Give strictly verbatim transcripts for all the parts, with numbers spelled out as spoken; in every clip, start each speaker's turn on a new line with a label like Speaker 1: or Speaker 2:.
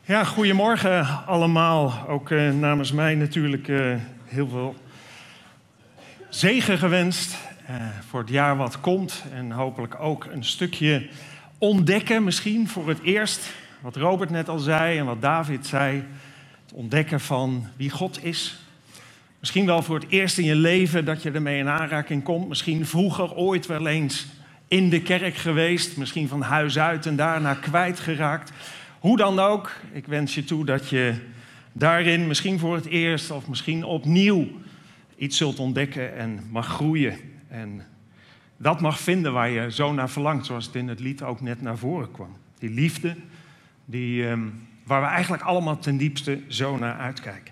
Speaker 1: Ja, goedemorgen allemaal. Ook uh, namens mij natuurlijk uh, heel veel zegen gewenst uh, voor het jaar wat komt. En hopelijk ook een stukje ontdekken misschien voor het eerst. Wat Robert net al zei en wat David zei. Het ontdekken van wie God is. Misschien wel voor het eerst in je leven dat je ermee in aanraking komt. Misschien vroeger ooit wel eens in de kerk geweest. Misschien van huis uit en daarna kwijtgeraakt. Hoe dan ook, ik wens je toe dat je daarin misschien voor het eerst of misschien opnieuw iets zult ontdekken en mag groeien. En dat mag vinden waar je zo naar verlangt, zoals het in het lied ook net naar voren kwam. Die liefde, die, um, waar we eigenlijk allemaal ten diepste zo naar uitkijken.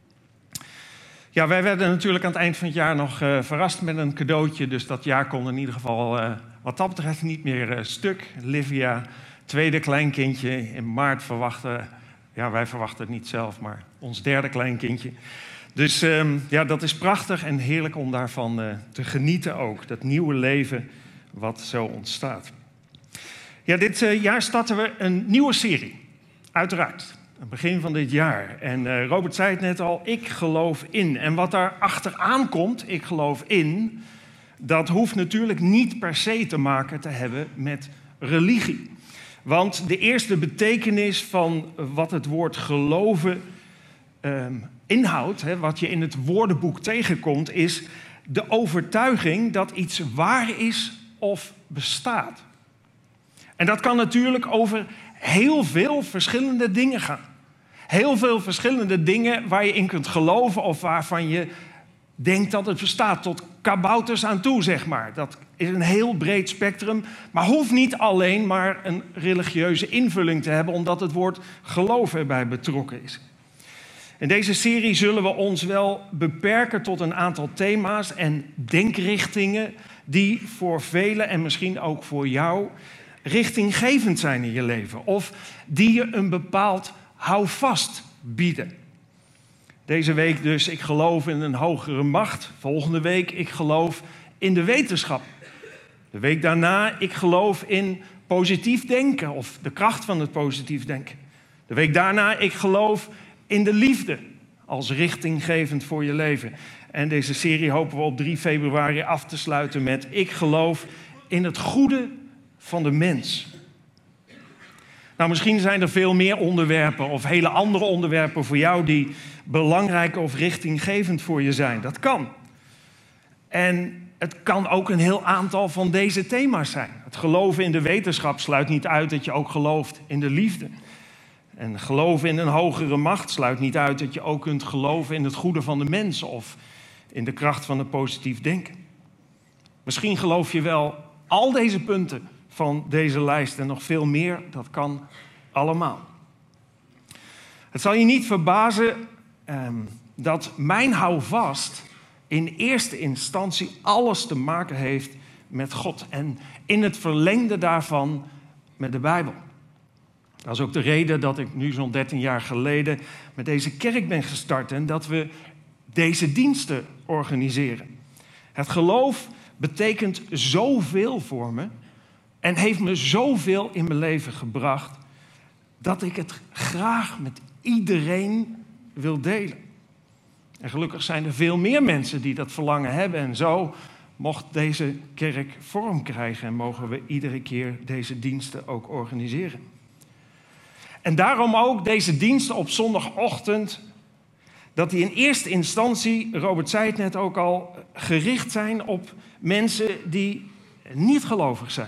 Speaker 1: Ja, wij werden natuurlijk aan het eind van het jaar nog uh, verrast met een cadeautje. Dus dat jaar kon in ieder geval uh, wat dat betreft niet meer uh, stuk. Livia, tweede kleinkindje, in maart verwachten, ja, wij verwachten het niet zelf, maar ons derde kleinkindje. Dus um, ja, dat is prachtig en heerlijk om daarvan uh, te genieten ook. Dat nieuwe leven wat zo ontstaat. Ja, dit uh, jaar starten we een nieuwe serie, uiteraard. Het begin van dit jaar. En uh, Robert zei het net al, ik geloof in. En wat daar achteraan komt, ik geloof in, dat hoeft natuurlijk niet per se te maken te hebben met religie. Want de eerste betekenis van wat het woord geloven um, inhoudt, hè, wat je in het woordenboek tegenkomt, is de overtuiging dat iets waar is of bestaat. En dat kan natuurlijk over heel veel verschillende dingen gaan. Heel veel verschillende dingen waar je in kunt geloven of waarvan je denkt dat het bestaat, tot kabouters aan toe, zeg maar. Dat is een heel breed spectrum, maar hoeft niet alleen maar een religieuze invulling te hebben, omdat het woord geloof erbij betrokken is. In deze serie zullen we ons wel beperken tot een aantal thema's en denkrichtingen die voor velen en misschien ook voor jou richtinggevend zijn in je leven. Of die je een bepaald houvast bieden. Deze week dus, ik geloof in een hogere macht. Volgende week, ik geloof in de wetenschap. De week daarna, ik geloof in positief denken of de kracht van het positief denken. De week daarna, ik geloof in de liefde als richtinggevend voor je leven. En deze serie hopen we op drie februari af te sluiten met ik geloof in het goede van de mens. Nou, misschien zijn er veel meer onderwerpen of hele andere onderwerpen voor jou die belangrijk of richtinggevend voor je zijn. Dat kan. En het kan ook een heel aantal van deze thema's zijn. Het geloven in de wetenschap sluit niet uit dat je ook gelooft in de liefde. En geloven in een hogere macht sluit niet uit dat je ook kunt geloven in het goede van de mens of in de kracht van het positief denken. Misschien geloof je wel al deze punten van deze lijst en nog veel meer, dat kan allemaal. Het zal je niet verbazen um, dat mijn houvast in eerste instantie alles te maken heeft met God en in het verlengde daarvan met de Bijbel. Dat is ook de reden dat ik nu zo'n dertien jaar geleden met deze kerk ben gestart en dat we deze diensten organiseren. Het geloof betekent zoveel voor me en heeft me zoveel in mijn leven gebracht dat ik het graag met iedereen wil delen. En gelukkig zijn er veel meer mensen die dat verlangen hebben. En zo mocht deze kerk vorm krijgen en mogen we iedere keer deze diensten ook organiseren. En daarom ook deze diensten op zondagochtend, dat die in eerste instantie, Robert zei het net ook al, gericht zijn op mensen die niet gelovig zijn.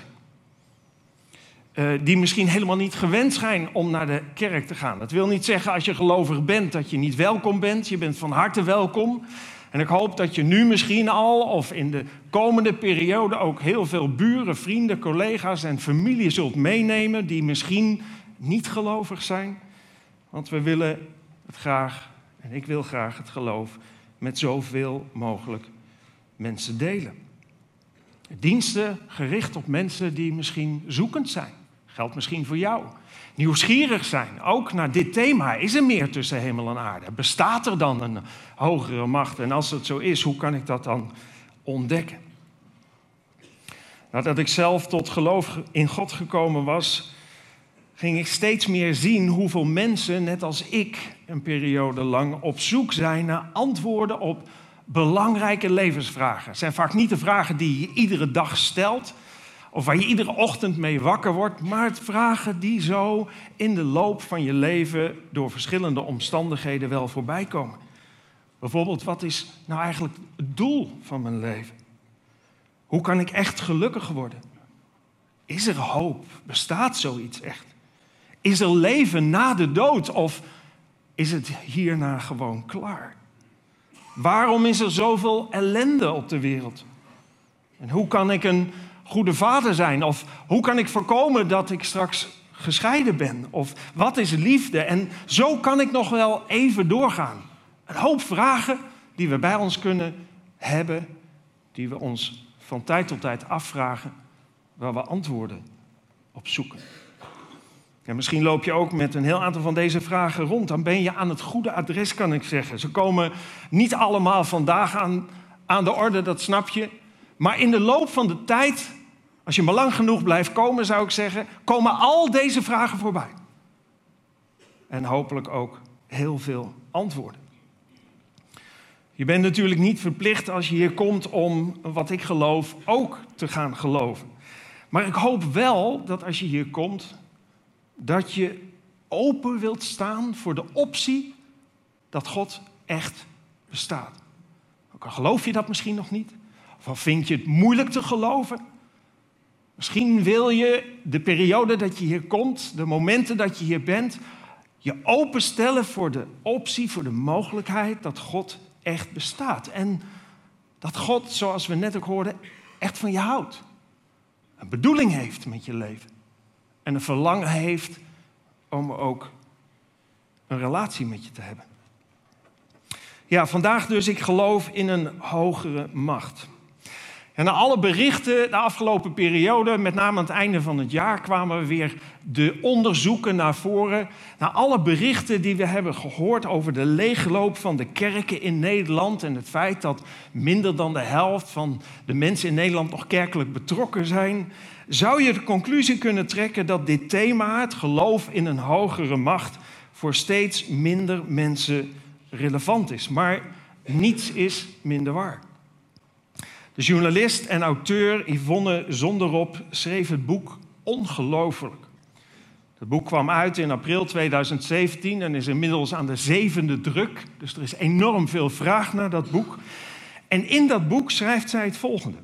Speaker 1: Uh, die misschien helemaal niet gewend zijn om naar de kerk te gaan. Dat wil niet zeggen als je gelovig bent dat je niet welkom bent. Je bent van harte welkom. En ik hoop dat je nu misschien al of in de komende periode ook heel veel buren, vrienden, collega's en familie zult meenemen die misschien niet gelovig zijn. Want we willen het graag, en ik wil graag het geloof, met zoveel mogelijk mensen delen. Diensten gericht op mensen die misschien zoekend zijn. Geldt misschien voor jou. Nieuwsgierig zijn, ook naar dit thema. Is er meer tussen hemel en aarde? Bestaat er dan een hogere macht? En als het zo is, hoe kan ik dat dan ontdekken? Nadat ik zelf tot geloof in God gekomen was, ging ik steeds meer zien hoeveel mensen, net als ik, een periode lang op zoek zijn naar antwoorden op belangrijke levensvragen. Het zijn vaak niet de vragen die je iedere dag stelt of waar je iedere ochtend mee wakker wordt, maar het vragen die zo in de loop van je leven door verschillende omstandigheden wel voorbij komen. Bijvoorbeeld, wat is nou eigenlijk het doel van mijn leven? Hoe kan ik echt gelukkig worden? Is er hoop? Bestaat zoiets echt? Is er leven na de dood of is het hierna gewoon klaar? Waarom is er zoveel ellende op de wereld? En hoe kan ik een goede vader zijn? Of hoe kan ik voorkomen dat ik straks gescheiden ben? Of wat is liefde? En zo kan ik nog wel even doorgaan. Een hoop vragen die we bij ons kunnen hebben, die we ons van tijd tot tijd afvragen, waar we antwoorden op zoeken. En misschien loop je ook met een heel aantal van deze vragen rond. Dan ben je aan het goede adres, kan ik zeggen. Ze komen niet allemaal vandaag aan, aan de orde, dat snap je. Maar in de loop van de tijd, als je maar lang genoeg blijft komen, zou ik zeggen, komen al deze vragen voorbij. En hopelijk ook heel veel antwoorden. Je bent natuurlijk niet verplicht als je hier komt om wat ik geloof ook te gaan geloven. Maar ik hoop wel dat als je hier komt, dat je open wilt staan voor de optie dat God echt bestaat. Ook al geloof je dat misschien nog niet, of al vind je het moeilijk te geloven. Misschien wil je de periode dat je hier komt, de momenten dat je hier bent, je openstellen voor de optie, voor de mogelijkheid dat God echt bestaat. En dat God, zoals we net ook hoorden, echt van je houdt. Een bedoeling heeft met je leven. En een verlangen heeft om ook een relatie met je te hebben. Ja, vandaag dus, ik geloof in een hogere macht. En na alle berichten de afgelopen periode, met name aan het einde van het jaar, kwamen we weer de onderzoeken naar voren. Na alle berichten die we hebben gehoord over de leegloop van de kerken in Nederland en het feit dat minder dan de helft van de mensen in Nederland nog kerkelijk betrokken zijn, zou je de conclusie kunnen trekken dat dit thema, het geloof in een hogere macht, voor steeds minder mensen relevant is. Maar niets is minder waar. De journalist en auteur Yvonne Zonderop schreef het boek Ongelooflijk. Het boek kwam uit in april tweeduizend zeventien en is inmiddels aan de zevende druk. Dus er is enorm veel vraag naar dat boek. En in dat boek schrijft zij het volgende.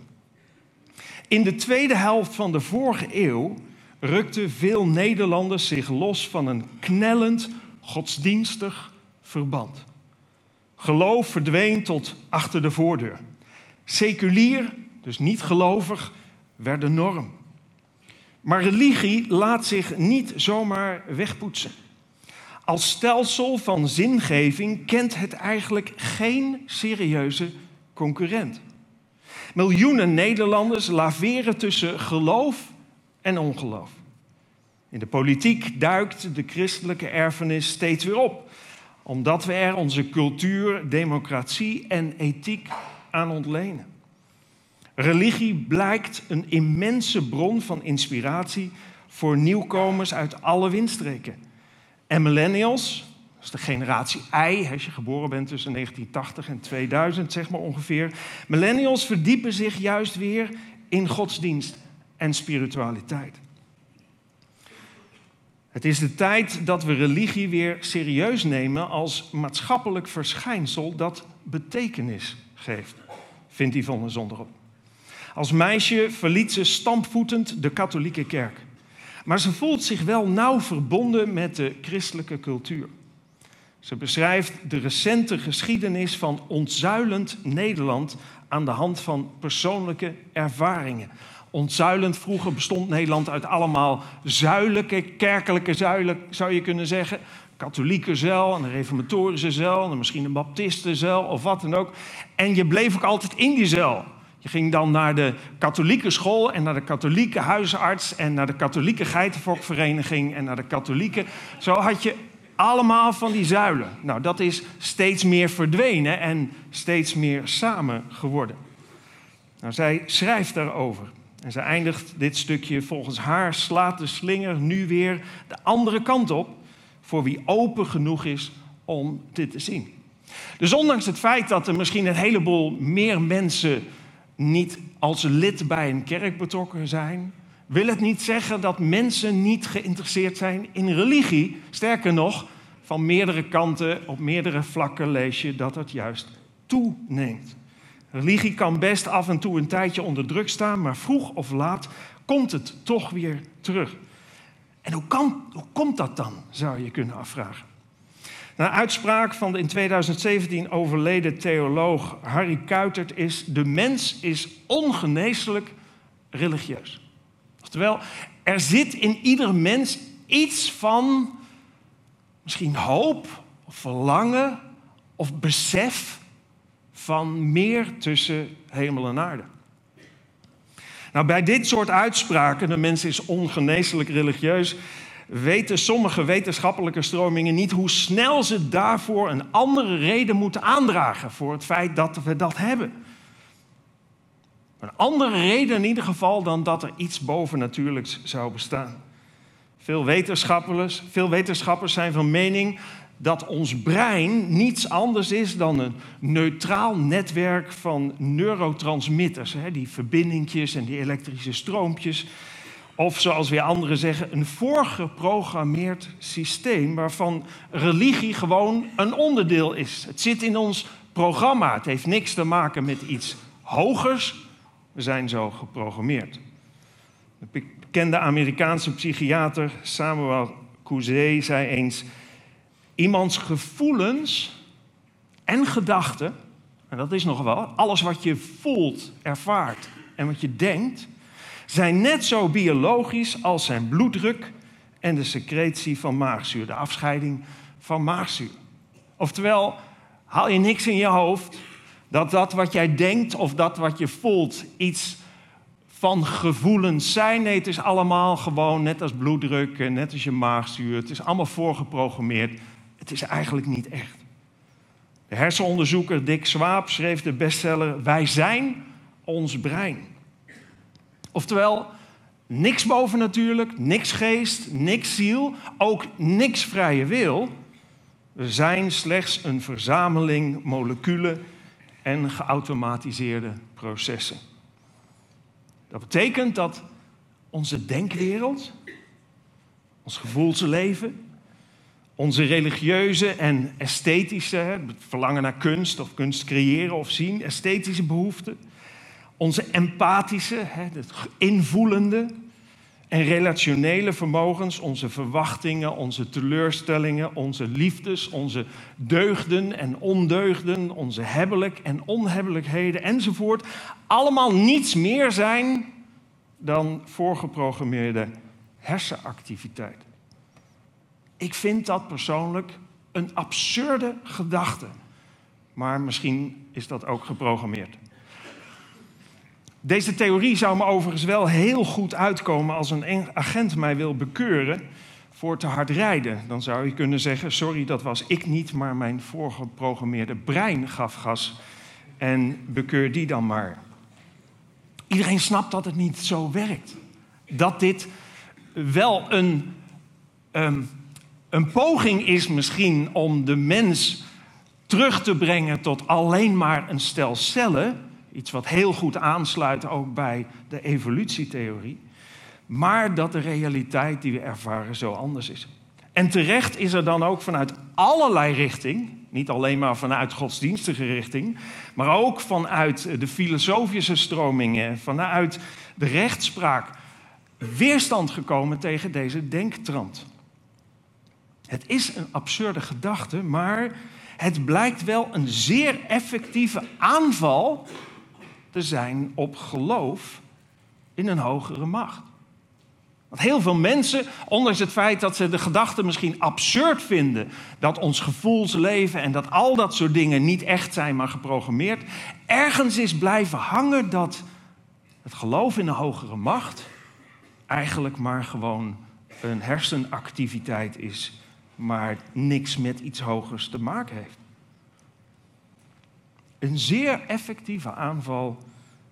Speaker 1: In de tweede helft van de vorige eeuw rukten veel Nederlanders zich los van een knellend godsdienstig verband. Geloof verdween tot achter de voordeur. Seculier, dus niet gelovig, werd de norm. Maar religie laat zich niet zomaar wegpoetsen. Als stelsel van zingeving kent het eigenlijk geen serieuze concurrent. Miljoenen Nederlanders laveren tussen geloof en ongeloof. In de politiek duikt de christelijke erfenis steeds weer op, omdat we er onze cultuur, democratie en ethiek aan ontlenen. Religie blijkt een immense bron van inspiratie voor nieuwkomers uit alle windstreken. En millennials, dat is de generatie I, als je geboren bent tussen negentien tachtig en tweeduizend, zeg maar ongeveer. Millennials verdiepen zich juist weer in godsdienst en spiritualiteit. Het is de tijd dat we religie weer serieus nemen als maatschappelijk verschijnsel dat betekenis geeft, vindt Yvonne Zonderop. Als meisje verliet ze stampvoetend de katholieke kerk. Maar ze voelt zich wel nauw verbonden met de christelijke cultuur. Ze beschrijft de recente geschiedenis van ontzuilend Nederland aan de hand van persoonlijke ervaringen. Ontzuilend, vroeger bestond Nederland uit allemaal zuidelijke, kerkelijke zuilen, zou je kunnen zeggen. Katholieke zuil, en een reformatorische zuil, en misschien een baptistenzuil of wat dan ook. En je bleef ook altijd in die zuil. Je ging dan naar de katholieke school en naar de katholieke huisarts en naar de katholieke geitenfokvereniging en naar de katholieke. Zo had je allemaal van die zuilen. Nou, dat is steeds meer verdwenen en steeds meer samen geworden. Nou, zij schrijft daarover. En ze eindigt dit stukje: volgens haar slaat de slinger nu weer de andere kant op voor wie open genoeg is om dit te zien. Dus ondanks het feit dat er misschien een heleboel meer mensen niet als lid bij een kerk betrokken zijn, wil het niet zeggen dat mensen niet geïnteresseerd zijn in religie. Sterker nog, van meerdere kanten, op meerdere vlakken lees je dat het juist toeneemt. Religie kan best af en toe een tijdje onder druk staan, maar vroeg of laat komt het toch weer terug. En hoe, kan, hoe komt dat dan, zou je kunnen afvragen. Een uitspraak van de in tweeduizend zeventien overleden theoloog Harry Kuitert is: de mens is ongeneeslijk religieus. Oftewel, er zit in ieder mens iets van misschien hoop of verlangen of besef van meer tussen hemel en aarde. Nou, bij dit soort uitspraken, de mens is ongeneeslijk religieus, weten sommige wetenschappelijke stromingen niet hoe snel ze daarvoor een andere reden moeten aandragen voor het feit dat we dat hebben. Een andere reden in ieder geval dan dat er iets bovennatuurlijks zou bestaan. Veel wetenschappers, veel wetenschappers zijn van mening dat ons brein niets anders is dan een neutraal netwerk van neurotransmitters. Hè, die verbindingjes en die elektrische stroompjes. Of zoals weer anderen zeggen, een voorgeprogrammeerd systeem waarvan religie gewoon een onderdeel is. Het zit in ons programma. Het heeft niks te maken met iets hogers. We zijn zo geprogrammeerd. De bekende Amerikaanse psychiater Samuel Cousey zei eens: iemands gevoelens en gedachten, en dat is nog wel, alles wat je voelt, ervaart en wat je denkt, zijn net zo biologisch als zijn bloeddruk en de secretie van maagzuur, de afscheiding van maagzuur. Oftewel, haal je niks in je hoofd dat dat wat jij denkt of dat wat je voelt iets van gevoelens zijn. Nee, het is allemaal gewoon net als bloeddruk en net als je maagzuur. Het is allemaal voorgeprogrammeerd. Het is eigenlijk niet echt. De hersenonderzoeker Dick Swaap schreef de bestseller Wij zijn ons brein. Oftewel, niks bovennatuurlijk, niks geest, niks ziel, ook niks vrije wil. We zijn slechts een verzameling moleculen en geautomatiseerde processen. Dat betekent dat onze denkwereld, ons gevoelsleven, onze religieuze en esthetische, het verlangen naar kunst of kunst creëren of zien, esthetische behoeften, onze empathische, het invoelende en relationele vermogens, onze verwachtingen, onze teleurstellingen, onze liefdes, onze deugden en ondeugden, onze hebbelijk en onhebbelijkheden enzovoort, allemaal niets meer zijn dan voorgeprogrammeerde hersenactiviteit. Ik vind dat persoonlijk een absurde gedachte, maar misschien is dat ook geprogrammeerd. Deze theorie zou me overigens wel heel goed uitkomen als een agent mij wil bekeuren voor te hard rijden. Dan zou je kunnen zeggen, sorry, dat was ik niet, maar mijn voorgeprogrammeerde brein gaf gas en bekeur die dan maar. Iedereen snapt dat het niet zo werkt. Dat dit wel een, um, een poging is misschien om de mens terug te brengen tot alleen maar een stel cellen. Iets wat heel goed aansluit ook bij de evolutietheorie. Maar dat de realiteit die we ervaren zo anders is. En terecht is er dan ook vanuit allerlei richting, niet alleen maar vanuit godsdienstige richting, maar ook vanuit de filosofische stromingen, vanuit de rechtspraak, weerstand gekomen tegen deze denktrand. Het is een absurde gedachte, maar het blijkt wel een zeer effectieve aanval te zijn op geloof in een hogere macht. Want heel veel mensen, ondanks het feit dat ze de gedachte misschien absurd vinden dat ons gevoelsleven en dat al dat soort dingen niet echt zijn, maar geprogrammeerd, ergens is blijven hangen dat het geloof in een hogere macht eigenlijk maar gewoon een hersenactiviteit is, maar niks met iets hogers te maken heeft. Een zeer effectieve aanval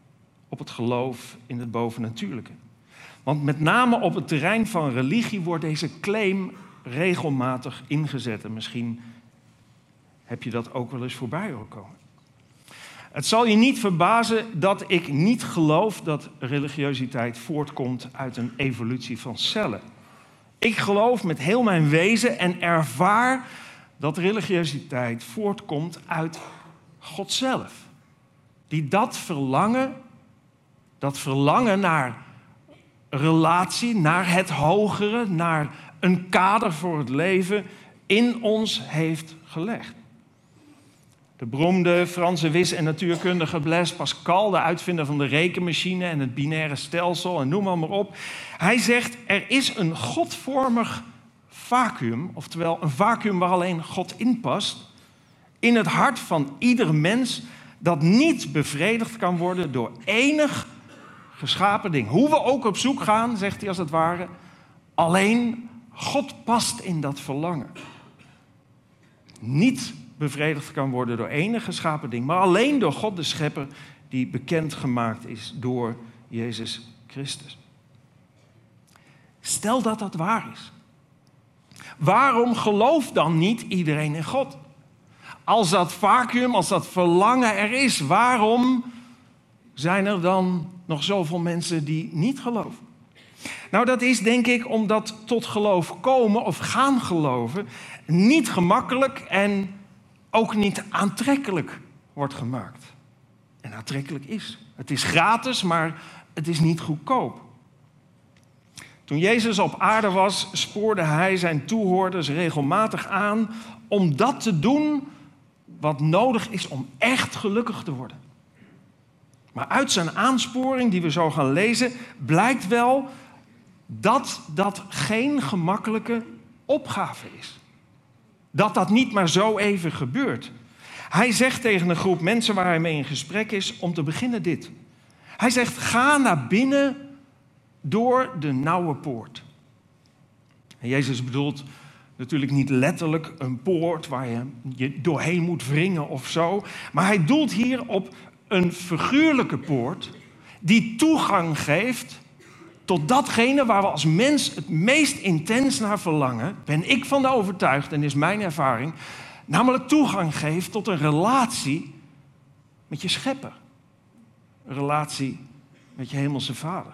Speaker 1: op het geloof in het bovennatuurlijke. Want met name op het terrein van religie wordt deze claim regelmatig ingezet. En misschien heb je dat ook wel eens voorbij horen komen. Het zal je niet verbazen dat ik niet geloof dat religiositeit voortkomt uit een evolutie van cellen. Ik geloof met heel mijn wezen en ervaar dat religiositeit voortkomt uit God zelf. Die dat verlangen, dat verlangen naar relatie, naar het hogere, naar een kader voor het leven in ons heeft gelegd. De beroemde Franse wis- en natuurkundige Blaise Pascal, de uitvinder van de rekenmachine en het binaire stelsel en noem maar, maar op. Hij zegt, er is een godvormig vacuüm, oftewel een vacuüm waar alleen God in past, in het hart van ieder mens, dat niet bevredigd kan worden door enig geschapen ding. Hoe we ook op zoek gaan, zegt hij als het ware, alleen God past in dat verlangen. Niet bevredigd kan worden door enig geschapen ding, maar alleen door God de Schepper die bekendgemaakt is door Jezus Christus. Stel dat dat waar is. Waarom gelooft dan niet iedereen in God? Als dat vacuüm, als dat verlangen er is, waarom zijn er dan nog zoveel mensen die niet geloven? Nou, dat is denk ik omdat tot geloof komen of gaan geloven niet gemakkelijk en ook niet aantrekkelijk wordt gemaakt. En aantrekkelijk is. Het is gratis, maar het is niet goedkoop. Toen Jezus op aarde was, spoorde hij zijn toehoorders regelmatig aan om dat te doen wat nodig is om echt gelukkig te worden. Maar uit zijn aansporing, die we zo gaan lezen, blijkt wel dat dat geen gemakkelijke opgave is. Dat dat niet maar zo even gebeurt. Hij zegt tegen een groep mensen waar hij mee in gesprek is, om te beginnen dit. Hij zegt, ga naar binnen door de nauwe poort. En Jezus bedoelt natuurlijk niet letterlijk een poort waar je je doorheen moet wringen of zo. Maar hij doelt hier op een figuurlijke poort die toegang geeft tot datgene waar we als mens het meest intens naar verlangen, ben ik van overtuigd en is mijn ervaring, namelijk toegang geeft tot een relatie met je schepper. Een relatie met je hemelse Vader.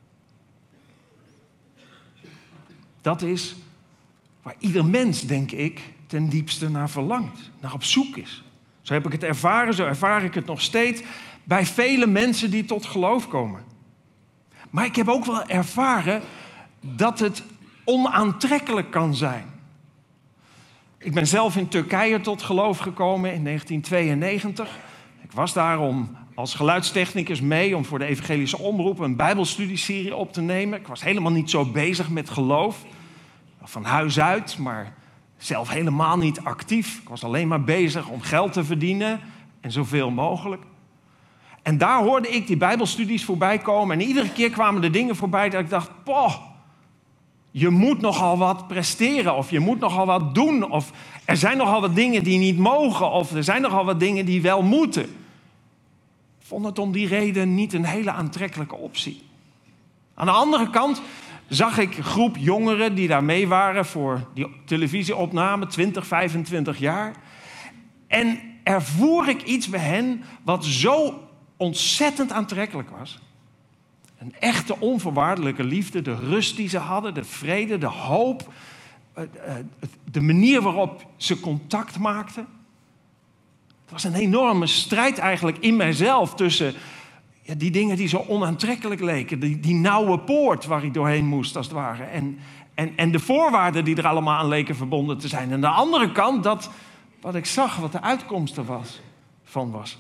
Speaker 1: Dat is waar ieder mens, denk ik, ten diepste naar verlangt, naar op zoek is. Zo heb ik het ervaren, zo ervaar ik het nog steeds bij vele mensen die tot geloof komen. Maar ik heb ook wel ervaren dat het onaantrekkelijk kan zijn. Ik ben zelf in Turkije tot geloof gekomen in negentien tweeënnegentig. Ik was daar om als geluidstechnicus mee om voor de evangelische omroep een bijbelstudieserie op te nemen. Ik was helemaal niet zo bezig met geloof. Van huis uit, maar zelf helemaal niet actief. Ik was alleen maar bezig om geld te verdienen en zoveel mogelijk. En daar hoorde ik die bijbelstudies voorbij komen. En iedere keer kwamen er dingen voorbij dat ik dacht, poh, je moet nogal wat presteren. Of je moet nogal wat doen. Of er zijn nogal wat dingen die niet mogen. Of er zijn nogal wat dingen die wel moeten. Ik vond het om die reden niet een hele aantrekkelijke optie. Aan de andere kant zag ik een groep jongeren die daar mee waren voor die televisieopname, twintig, vijfentwintig jaar. En ervoer ik iets bij hen wat zo ontzettend aantrekkelijk was. Een echte onvoorwaardelijke liefde, de rust die ze hadden, de vrede, de hoop, de manier waarop ze contact maakten. Het was een enorme strijd eigenlijk in mijzelf tussen ja, die dingen die zo onaantrekkelijk leken, die, die nauwe poort waar ik doorheen moest als het ware, en, en, en de voorwaarden die er allemaal aan leken verbonden te zijn. En aan de andere kant dat wat ik zag, wat de uitkomst er was, van was.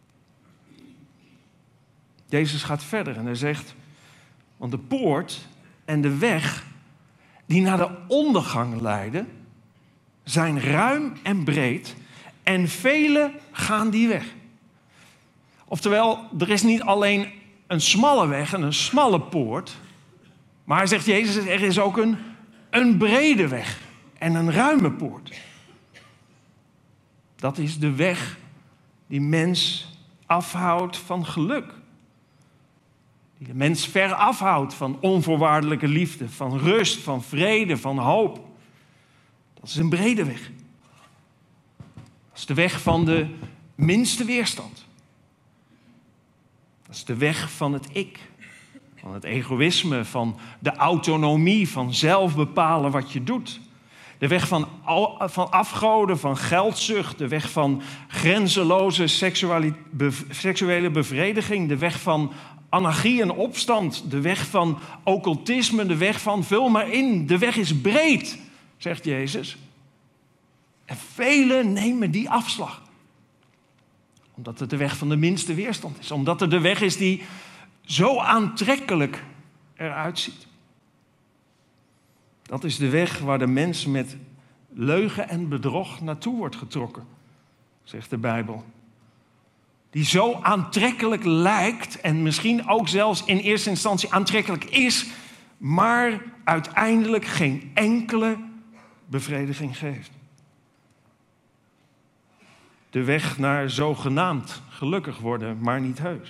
Speaker 1: Jezus gaat verder en hij zegt, want de poort en de weg die naar de ondergang leiden, zijn ruim en breed en velen gaan die weg. Oftewel, er is niet alleen een smalle weg en een smalle poort, maar hij zegt Jezus, er is ook een, een brede weg en een ruime poort. Dat is de weg die mens afhoudt van geluk. Die de mens ver afhoudt van onvoorwaardelijke liefde, van rust, van vrede, van hoop. Dat is een brede weg. Dat is de weg van de minste weerstand. Dat is de weg van het ik. Van het egoïsme, van de autonomie, van zelf bepalen wat je doet. De weg van, van afgoden, van geldzucht. De weg van grenzeloze seksuele bevrediging. De weg van anarchie en opstand. De weg van occultisme. De weg van vul maar in. De weg is breed, zegt Jezus. En velen nemen die afslag. Omdat het de weg van de minste weerstand is. Omdat het de weg is die zo aantrekkelijk eruit ziet. Dat is de weg waar de mens met leugen en bedrog naartoe wordt getrokken, zegt de Bijbel. Die zo aantrekkelijk lijkt en misschien ook zelfs in eerste instantie aantrekkelijk is, maar uiteindelijk geen enkele bevrediging geeft. De weg naar zogenaamd gelukkig worden, maar niet heus.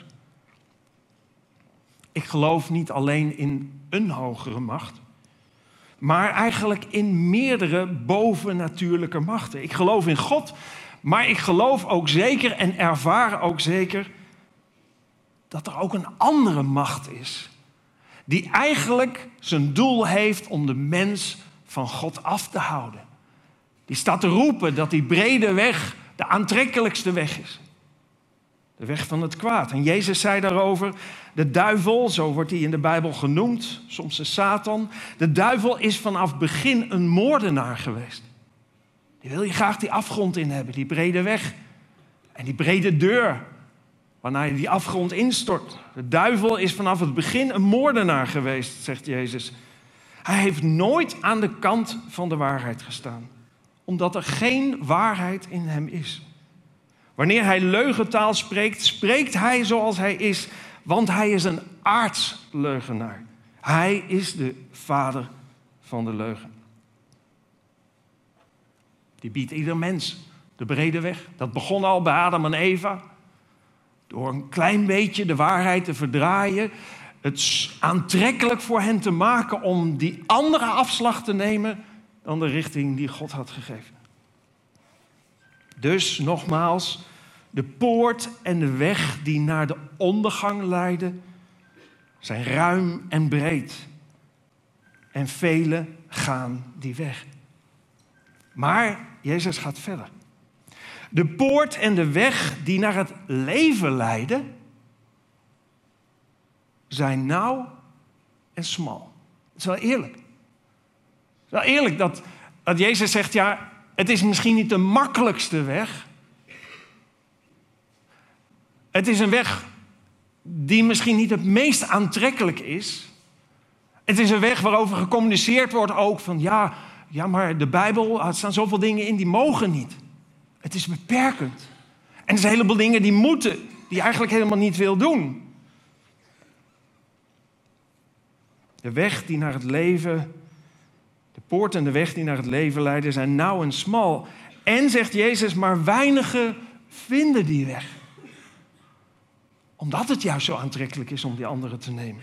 Speaker 1: Ik geloof niet alleen in een hogere macht, maar eigenlijk in meerdere bovennatuurlijke machten. Ik geloof in God, maar ik geloof ook zeker en ervaar ook zeker dat er ook een andere macht is, die eigenlijk zijn doel heeft om de mens van God af te houden. Die staat te roepen dat die brede weg de aantrekkelijkste weg is. De weg van het kwaad. En Jezus zei daarover, de duivel, zo wordt hij in de Bijbel genoemd, soms de Satan. De duivel is vanaf begin een moordenaar geweest. Die wil je graag die afgrond in hebben, die brede weg. En die brede deur, waarna je die afgrond instort. De duivel is vanaf het begin een moordenaar geweest, zegt Jezus. Hij heeft nooit aan de kant van de waarheid gestaan. Omdat er geen waarheid in hem is. Wanneer hij leugentaal spreekt, spreekt hij zoals hij is. Want hij is een aardsleugenaar. Hij is de vader van de leugen. Die biedt ieder mens de brede weg. Dat begon al bij Adam en Eva. Door een klein beetje de waarheid te verdraaien. Het aantrekkelijk voor hen te maken om die andere afslag te nemen dan de richting die God had gegeven. Dus nogmaals, de poort en de weg die naar de ondergang leiden, zijn ruim en breed. En velen gaan die weg. Maar Jezus gaat verder. De poort en de weg die naar het leven leiden, zijn nauw en smal. Het is wel eerlijk. Het is wel eerlijk dat, dat Jezus zegt, ja, het is misschien niet de makkelijkste weg. Het is een weg die misschien niet het meest aantrekkelijk is. Het is een weg waarover gecommuniceerd wordt ook van, ja, ja, maar de Bijbel, er staan zoveel dingen in die mogen niet. Het is beperkend. En er zijn een heleboel dingen die moeten, die je eigenlijk helemaal niet wil doen. De weg die naar het leven, de poort en de weg die naar het leven leiden zijn nauw en smal. En, zegt Jezus, maar weinigen vinden die weg. Omdat het juist zo aantrekkelijk is om die andere te nemen.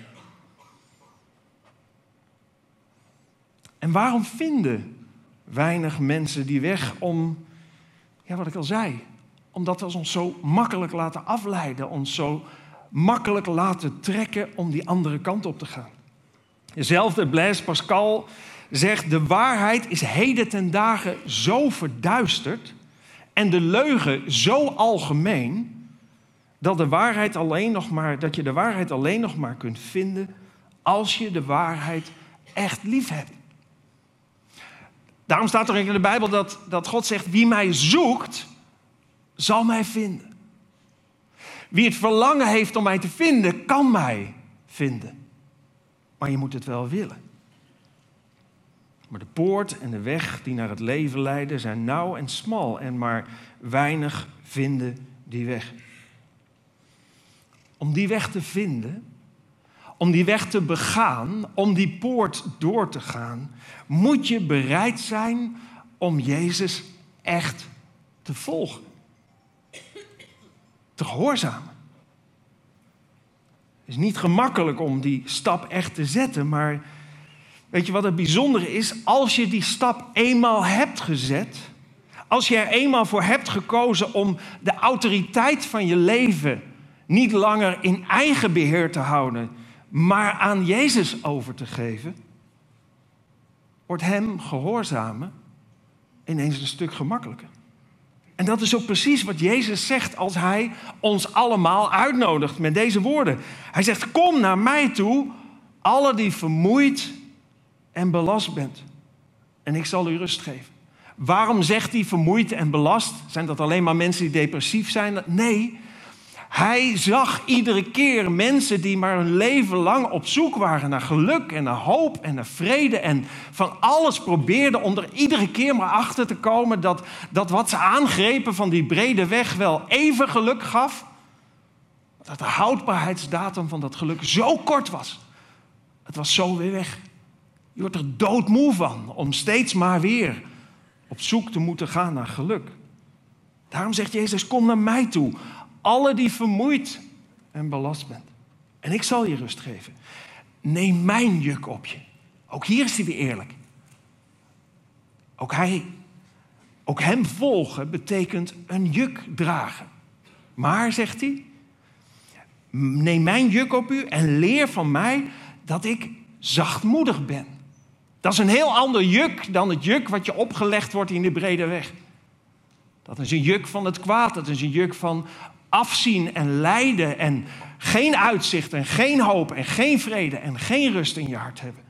Speaker 1: En waarom vinden weinig mensen die weg? Om, ja, wat ik al zei, omdat we ons zo makkelijk laten afleiden, ons zo makkelijk laten trekken om die andere kant op te gaan. Dezelfde Blaise Pascal zegt, de waarheid is heden ten dagen zo verduisterd en de leugen zo algemeen, dat, de waarheid alleen nog maar, dat je de waarheid alleen nog maar kunt vinden als je de waarheid echt lief hebt. Daarom staat er in de Bijbel dat, dat God zegt, wie mij zoekt, zal mij vinden. Wie het verlangen heeft om mij te vinden, kan mij vinden. Maar je moet het wel willen. Maar de poort en de weg die naar het leven leiden zijn nauw en smal. En maar weinig vinden die weg. Om die weg te vinden, om die weg te begaan, om die poort door te gaan, moet je bereid zijn om Jezus echt te volgen. Te gehoorzamen. Het is niet gemakkelijk om die stap echt te zetten, maar weet je wat het bijzondere is? Als je die stap eenmaal hebt gezet, als je er eenmaal voor hebt gekozen om de autoriteit van je leven niet langer in eigen beheer te houden, maar aan Jezus over te geven, wordt hem gehoorzamen ineens een stuk gemakkelijker. En dat is ook precies wat Jezus zegt als hij ons allemaal uitnodigt met deze woorden. Hij zegt, kom naar mij toe, alle die vermoeid en belast bent. En ik zal u rust geven. Waarom zegt hij vermoeid en belast? Zijn dat alleen maar mensen die depressief zijn? Nee, hij zag iedere keer mensen die maar hun leven lang op zoek waren naar geluk en naar hoop en naar vrede. En van alles probeerden om er iedere keer maar achter te komen dat, dat wat ze aangrepen van die brede weg wel even geluk gaf. Dat de houdbaarheidsdatum van dat geluk zo kort was. Het was zo weer weg. Je wordt er doodmoe van om steeds maar weer op zoek te moeten gaan naar geluk. Daarom zegt Jezus, kom naar mij toe. Alle die vermoeid en belast bent. En ik zal je rust geven. Neem mijn juk op je. Ook hier is hij weer eerlijk. Ook, hij, ook hem volgen betekent een juk dragen. Maar, zegt hij, neem mijn juk op u en leer van mij dat ik zachtmoedig ben. Dat is een heel ander juk dan het juk wat je opgelegd wordt in de brede weg. Dat is een juk van het kwaad. Dat is een juk van afzien en lijden en geen uitzicht en geen hoop en geen vrede en geen rust in je hart hebben.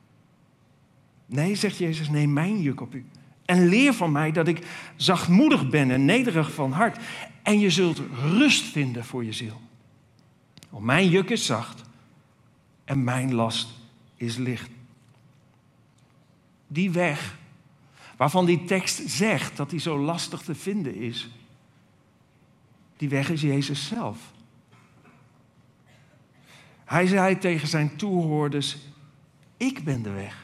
Speaker 1: Nee, zegt Jezus, neem mijn juk op u. En leer van mij dat ik zachtmoedig ben en nederig van hart. En je zult rust vinden voor je ziel. Want mijn juk is zacht en mijn last is licht. Die weg waarvan die tekst zegt dat die zo lastig te vinden is, die weg is Jezus zelf. Hij zei tegen zijn toehoorders, ik ben de weg.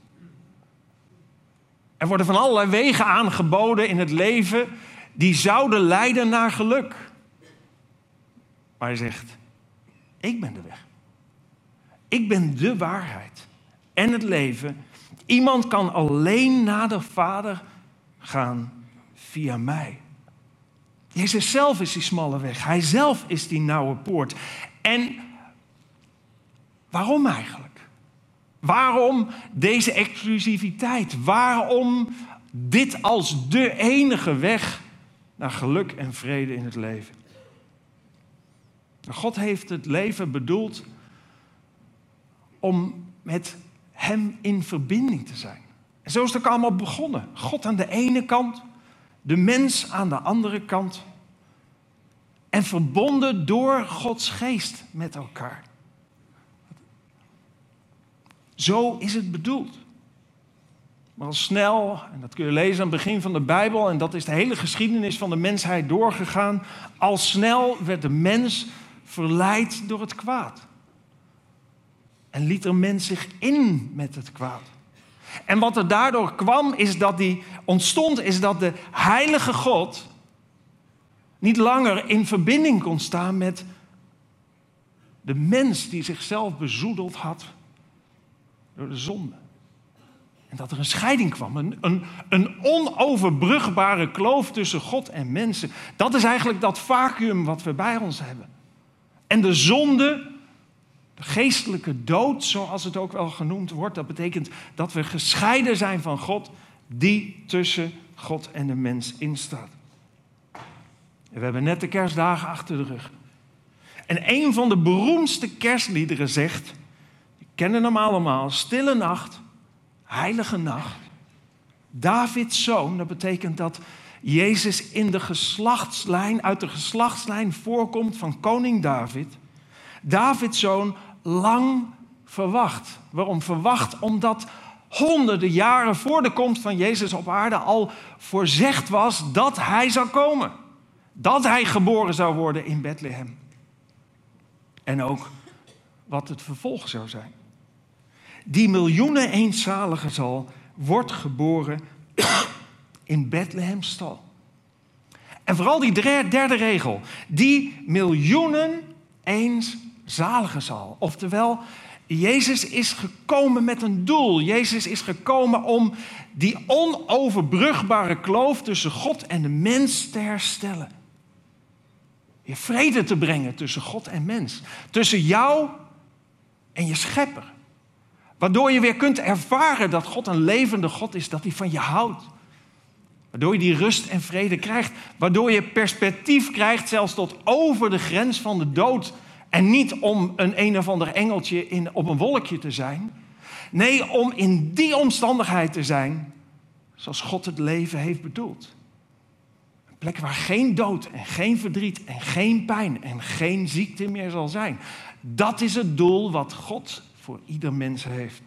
Speaker 1: Er worden van allerlei wegen aangeboden in het leven die zouden leiden naar geluk. Maar hij zegt, ik ben de weg. Ik ben de waarheid en het leven. Iemand kan alleen naar de Vader gaan via mij. Jezus zelf is die smalle weg. Hij zelf is die nauwe poort. En waarom eigenlijk? Waarom deze exclusiviteit? Waarom dit als de enige weg naar geluk en vrede in het leven? God heeft het leven bedoeld om met hem in verbinding te zijn. En zo is het ook allemaal begonnen. God aan de ene kant, de mens aan de andere kant. En verbonden door Gods geest met elkaar. Zo is het bedoeld. Maar al snel, en dat kun je lezen aan het begin van de Bijbel, en dat is de hele geschiedenis van de mensheid doorgegaan, al snel werd de mens verleid door het kwaad. En liet er mens zich in met het kwaad. En wat er daardoor kwam, is dat die ontstond, is dat de heilige God niet langer in verbinding kon staan met de mens die zichzelf bezoedeld had door de zonde. En dat er een scheiding kwam, een, een, een onoverbrugbare kloof tussen God en mensen. Dat is eigenlijk dat vacuüm wat we bij ons hebben. En de zonde, de geestelijke dood, zoals het ook wel genoemd wordt, dat betekent dat we gescheiden zijn van God, die tussen God en de mens instaat. En we hebben net de kerstdagen achter de rug. En een van de beroemdste kerstliederen zegt, we kennen hem allemaal, Stille Nacht, Heilige Nacht. Davids zoon, dat betekent dat Jezus in de geslachtslijn, uit de geslachtslijn voorkomt van koning David. Davids zoon, lang verwacht. Waarom verwacht? Omdat honderden jaren voor de komst van Jezus op aarde al voorzegd was dat hij zou komen. Dat hij geboren zou worden in Bethlehem. En ook wat het vervolg zou zijn. Die miljoenen eenzalige zal, wordt geboren in Bethlehem's stal. En vooral die derde regel. Die miljoenen eens zaligen zal. Oftewel, Jezus is gekomen met een doel. Jezus is gekomen om die onoverbrugbare kloof tussen God en de mens te herstellen. Je vrede te brengen tussen God en mens. Tussen jou en je schepper. Waardoor je weer kunt ervaren dat God een levende God is, dat hij van je houdt. Waardoor je die rust en vrede krijgt. Waardoor je perspectief krijgt zelfs tot over de grens van de dood. En niet om een een of ander engeltje in, op een wolkje te zijn. Nee, om in die omstandigheid te zijn zoals God het leven heeft bedoeld. Een plek waar geen dood en geen verdriet en geen pijn en geen ziekte meer zal zijn. Dat is het doel wat God voor ieder mens heeft.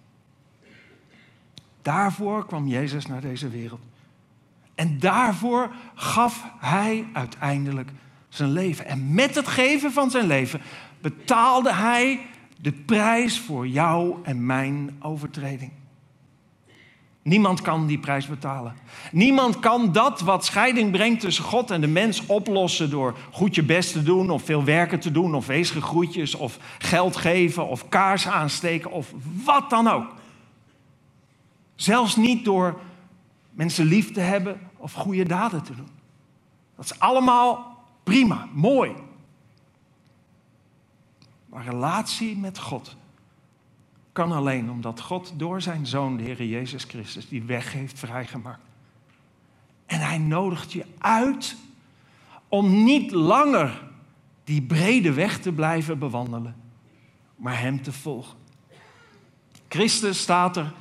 Speaker 1: Daarvoor kwam Jezus naar deze wereld. En daarvoor gaf hij uiteindelijk zijn leven. En met het geven van zijn leven betaalde hij de prijs voor jou en mijn overtreding. Niemand kan die prijs betalen. Niemand kan dat wat scheiding brengt tussen God en de mens oplossen door goed je best te doen of veel werken te doen of weesgegroetjes of geld geven of kaars aansteken of wat dan ook. Zelfs niet door mensen lief te hebben of goede daden te doen. Dat is allemaal prima, mooi. Maar relatie met God kan alleen omdat God door zijn Zoon, de Heer Jezus Christus, die weg heeft vrijgemaakt. En hij nodigt je uit om niet langer die brede weg te blijven bewandelen, maar hem te volgen. Christus, staat er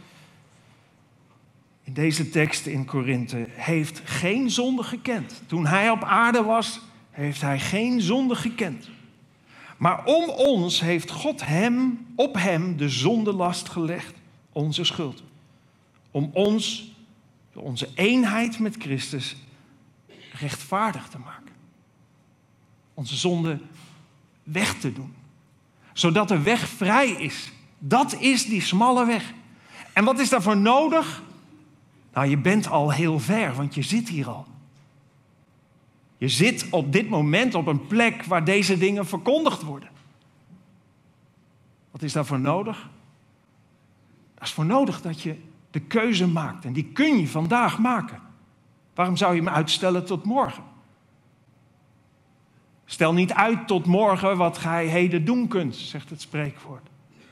Speaker 1: in deze tekst in Korinthe, heeft geen zonde gekend. Toen hij op aarde was, heeft hij geen zonde gekend. Maar om ons heeft God hem, op hem de zondelast gelegd, onze schuld. Om ons, door onze eenheid met Christus, rechtvaardig te maken. Onze zonde weg te doen. Zodat de weg vrij is. Dat is die smalle weg. En wat is daarvoor nodig? Nou, je bent al heel ver, want je zit hier al. Je zit op dit moment op een plek waar deze dingen verkondigd worden. Wat is daarvoor nodig? Dat is voor nodig dat je de keuze maakt. En die kun je vandaag maken. Waarom zou je hem uitstellen tot morgen? Stel niet uit tot morgen wat gij heden doen kunt, zegt het spreekwoord.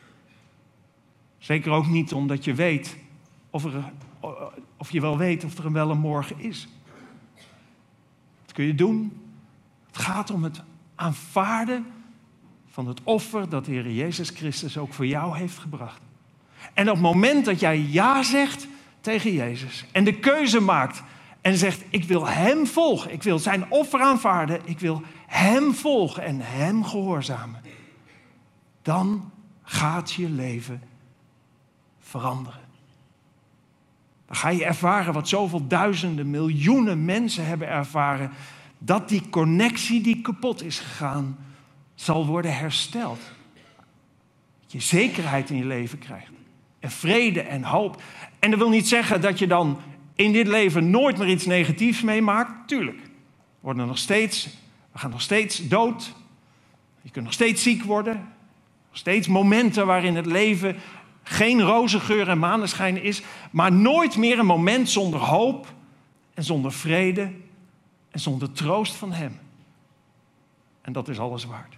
Speaker 1: Zeker ook niet omdat je weet of, er, of je wel weet of er wel een morgen is. Wat kun je doen? Het gaat om het aanvaarden van het offer dat de Heer Jezus Christus ook voor jou heeft gebracht. En op het moment dat jij ja zegt tegen Jezus en de keuze maakt en zegt, ik wil hem volgen, ik wil zijn offer aanvaarden, ik wil hem volgen en hem gehoorzamen, dan gaat je leven veranderen. Dan ga je ervaren wat zoveel duizenden, miljoenen mensen hebben ervaren, dat die connectie die kapot is gegaan, zal worden hersteld. Dat je zekerheid in je leven krijgt. En vrede en hoop. En dat wil niet zeggen dat je dan in dit leven nooit meer iets negatiefs meemaakt. Tuurlijk. We worden nog steeds, we gaan nog steeds dood. Je kunt nog steeds ziek worden. Nog steeds momenten waarin het leven geen roze geur en maneschijn is. Maar nooit meer een moment zonder hoop en zonder vrede en zonder troost van hem. En dat is alles waard.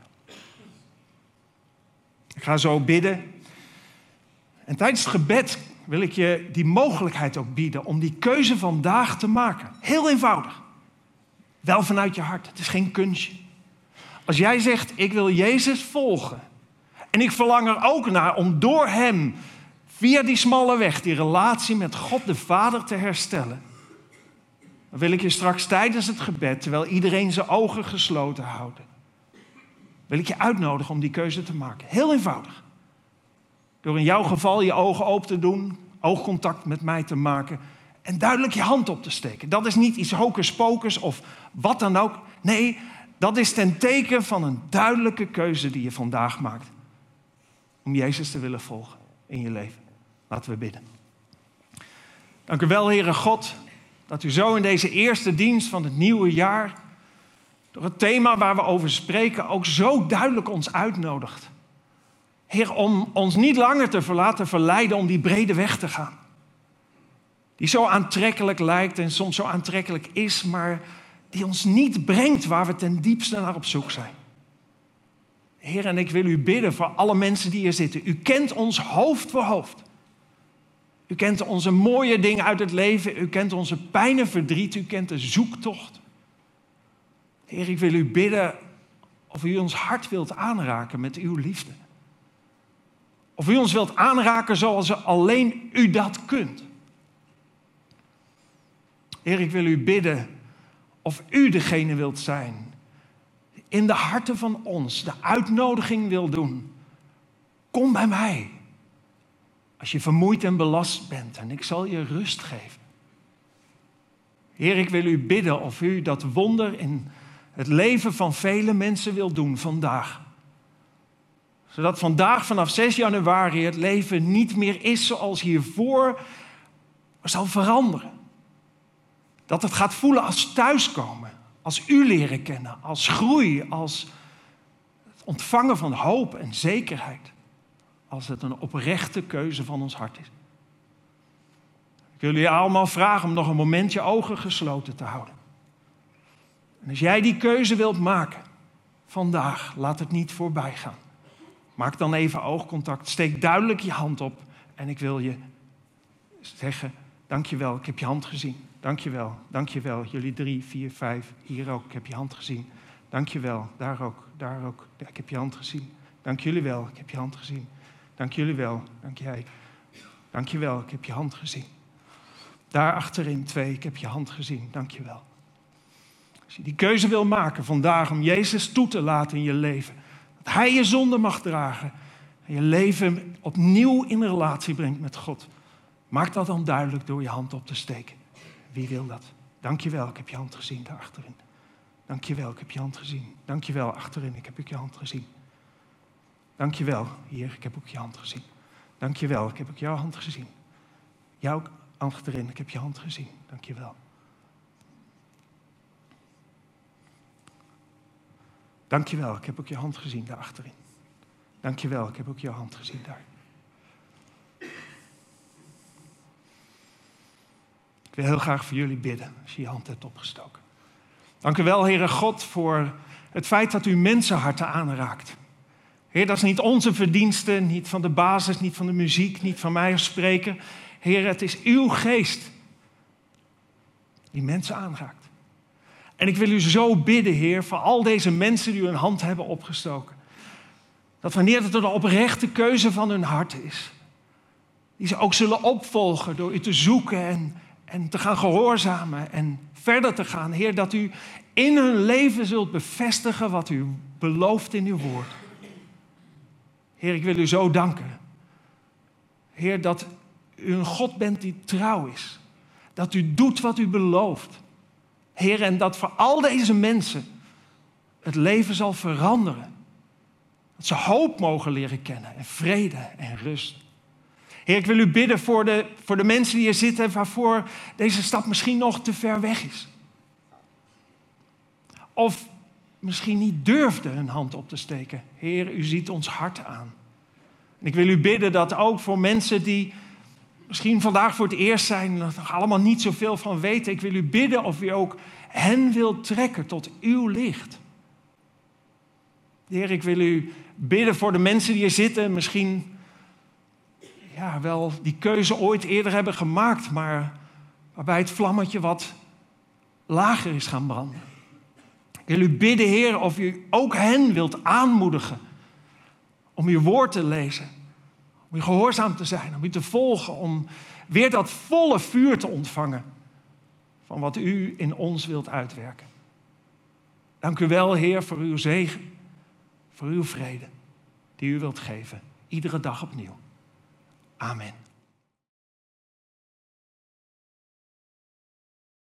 Speaker 1: Ik ga zo bidden. En tijdens het gebed wil ik je die mogelijkheid ook bieden om die keuze vandaag te maken. Heel eenvoudig. Wel vanuit je hart. Het is geen kunstje. Als jij zegt, ik wil Jezus volgen. En ik verlang er ook naar om door hem via die smalle weg die relatie met God de Vader te herstellen. Dan wil ik je straks tijdens het gebed, terwijl iedereen zijn ogen gesloten houdt, wil ik je uitnodigen om die keuze te maken. Heel eenvoudig. Door in jouw geval je ogen open te doen, oogcontact met mij te maken en duidelijk je hand op te steken. Dat is niet iets hocus pocus of wat dan ook. Nee, dat is ten teken van een duidelijke keuze die je vandaag maakt. Om Jezus te willen volgen in je leven. Laten we bidden. Dank u wel, Heere God, dat u zo in deze eerste dienst van het nieuwe jaar door het thema waar we over spreken ook zo duidelijk ons uitnodigt. Heer, om ons niet langer te laten verleiden om die brede weg te gaan. Die zo aantrekkelijk lijkt en soms zo aantrekkelijk is, maar die ons niet brengt waar we ten diepste naar op zoek zijn. Heer, en ik wil u bidden voor alle mensen die hier zitten. U kent ons hoofd voor hoofd. U kent onze mooie dingen uit het leven. U kent onze pijn en verdriet. U kent de zoektocht. Heer, ik wil u bidden of u ons hart wilt aanraken met uw liefde. Of u ons wilt aanraken zoals alleen u dat kunt. Heer, ik wil u bidden of u degene wilt zijn die in de harten van ons de uitnodiging wil doen. Kom bij mij als je vermoeid en belast bent en ik zal je rust geven. Heer, ik wil u bidden of u dat wonder in het leven van vele mensen wil doen vandaag. Zodat vandaag vanaf zes januari het leven niet meer is zoals hiervoor, maar zal veranderen. Dat het gaat voelen als thuiskomen, als u leren kennen, als groei, als het ontvangen van hoop en zekerheid. Als het een oprechte keuze van ons hart is. Ik wil jullie allemaal vragen om nog een moment je ogen gesloten te houden. En als jij die keuze wilt maken, vandaag, laat het niet voorbij gaan. Maak dan even oogcontact, steek duidelijk je hand op en ik wil je zeggen, dankjewel, ik heb je hand gezien. Dankjewel, dankjewel, jullie drie, vier, vijf, hier ook, ik heb je hand gezien. Dankjewel, daar ook, daar ook, ik heb je hand gezien. Dank jullie wel, ik heb je hand gezien. Dank jullie wel, dank jij. Dankjewel, ik heb je hand gezien. Daar achterin twee, ik heb je hand gezien, dankjewel. Als je die keuze wil maken vandaag om Jezus toe te laten in je leven. Dat Hij je zonde mag dragen. En je leven opnieuw in relatie brengt met God. Maak dat dan duidelijk door je hand op te steken. Wie wil dat? Dankjewel, ik heb je hand gezien daar achterin. Dankjewel, ik heb je hand gezien. Dankjewel, achterin, ik heb ook je hand gezien. Dankjewel, hier, ik heb ook je hand gezien. Dankjewel, ik heb ook jouw hand gezien. Jou achterin, ik heb je hand gezien. Dankjewel. Dankjewel, ik heb ook je hand gezien daar achterin. Dankjewel, ik heb ook jouw hand gezien daar. Ik wil heel graag voor jullie bidden, als je je hand hebt opgestoken. Dank u wel, Heere God, voor het feit dat u mensenharten aanraakt. Heer, dat is niet onze verdienste, niet van de basis, niet van de muziek, niet van mij als spreker. Heer, het is uw geest die mensen aanraakt. En ik wil u zo bidden, Heer, voor al deze mensen die hun hand hebben opgestoken. Dat wanneer het een oprechte keuze van hun hart is, die ze ook zullen opvolgen door u te zoeken en, en te gaan gehoorzamen en verder te gaan. Heer, dat u in hun leven zult bevestigen wat u belooft in uw woord. Heer, ik wil u zo danken. Heer, dat u een God bent die trouw is. Dat u doet wat u belooft. Heer, en dat voor al deze mensen het leven zal veranderen. Dat ze hoop mogen leren kennen en vrede en rust. Heer, ik wil u bidden voor de, voor de mensen die hier zitten waarvoor deze stap misschien nog te ver weg is. Of misschien niet durfden hun hand op te steken. Heer, u ziet ons hart aan. En ik wil u bidden dat ook voor mensen die misschien vandaag voor het eerst zijn, er nog allemaal niet zoveel van weten. Ik wil u bidden of u ook hen wilt trekken tot uw licht. Heer, ik wil u bidden voor de mensen die hier zitten, misschien ja, wel die keuze ooit eerder hebben gemaakt, maar waarbij het vlammetje wat lager is gaan branden. Ik wil u bidden, Heer, of u ook hen wilt aanmoedigen om uw woord te lezen, om u gehoorzaam te zijn, om u te volgen, om weer dat volle vuur te ontvangen van wat u in ons wilt uitwerken. Dank u wel, Heer, voor uw zegen, voor uw vrede die u wilt geven, iedere dag opnieuw. Amen.